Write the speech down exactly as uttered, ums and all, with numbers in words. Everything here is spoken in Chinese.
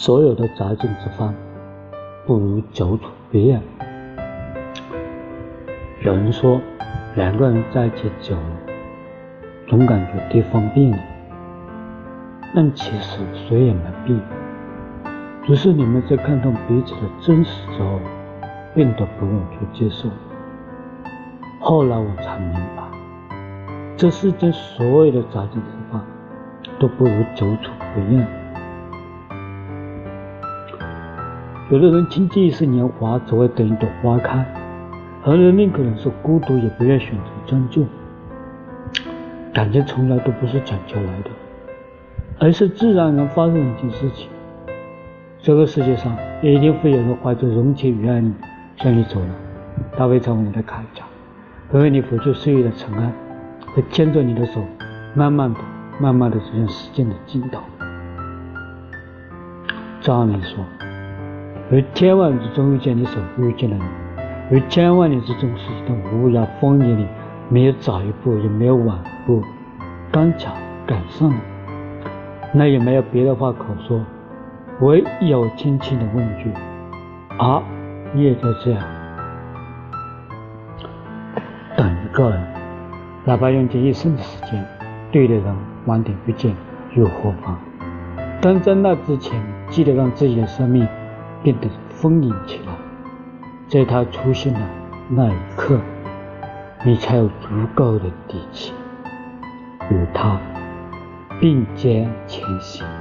所有的杂境之方，不如久处不厌。有人说，两个人在一起久了，总感觉对方变了，但其实谁也没变，只是你们在看透彼此的真实之后，变得不愿去接受。后来我才明白，这世间所有的杂境之方，都不如久处不厌。有的人倾尽一世年华，只为等一朵花开，而人宁可忍受孤独，也不愿选择将就。感情从来都不是讲究来的，而是自然而然发生的一件事情。这个世界上一定会有人怀着容情与爱你向你走来，他会成为你的铠甲，会为你抚去岁月的尘埃，会牵着你的手，慢慢的慢慢的走向时间的尽头。张爱玲说，于千万之中遇见你所遇见的你，于千万年之中实现的无涯风雨里，没有早一步也没有晚一步，刚巧赶上了，那也没有别的话可说，唯有轻轻的问句，啊，你也就这样。等一个人，哪怕用尽一生的时间，对的人晚点遇见又何妨？但在那之前，记得让自己的生命变得丰盈起来，在他出现的那一刻，你才有足够的底气与他并肩前行。